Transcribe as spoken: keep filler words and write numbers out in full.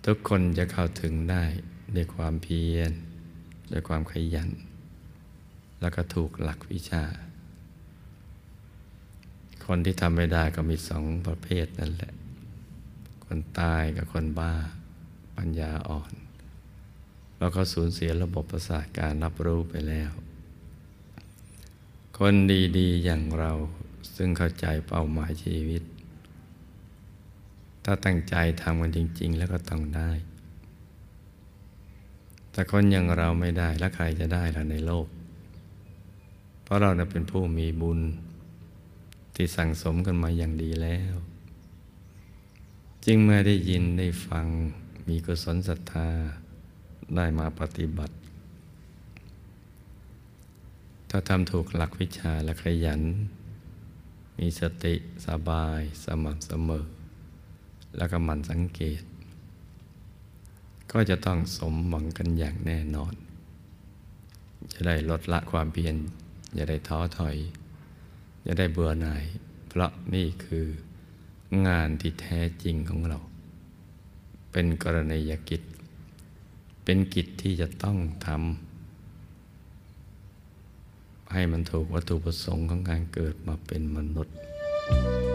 ทุกคนจะเข้าถึงได้ด้วยความเพียรด้วยความขยันแล้วก็ถูกหลักวิชาคนที่ทำไม่ได้ก็มีสองประเภทนั่นแหละคนตายกับคนบ้าปัญญาอ่อนแล้วก็สูญเสียระบบประสาทการรับรู้ไปแล้วคนดีๆอย่างเราซึ่งเข้าใจเป้าหมายชีวิตถ้าตั้งใจทำกันจริงๆแล้วก็ต้องได้แต่คนอย่างเราไม่ได้แล้วใครจะได้ล่ะในโลกเพราะเราเนี่ยเป็นผู้มีบุญที่สั่งสมกันมาอย่างดีแล้วจึงเมื่อได้ยินได้ฟังมีกุศลศรัทธาได้มาปฏิบัติถ้าทำถูกหลักวิชาและขยันมีสติสบายสม่ำเสมอแล้วก็หมั่นสังเกตก็จะต้องสมหวังกันอย่างแน่นอนจะได้ลดละความเพียรอย่าได้ท้อถอยอย่าได้เบื่อหน่ายเพราะนี่คืองานที่แท้จริงของเราเป็นกรณียกิจเป็นกิจที่จะต้องทำให้มันถูกวัตถุประสงค์ของการเกิดมาเป็นมนุษย์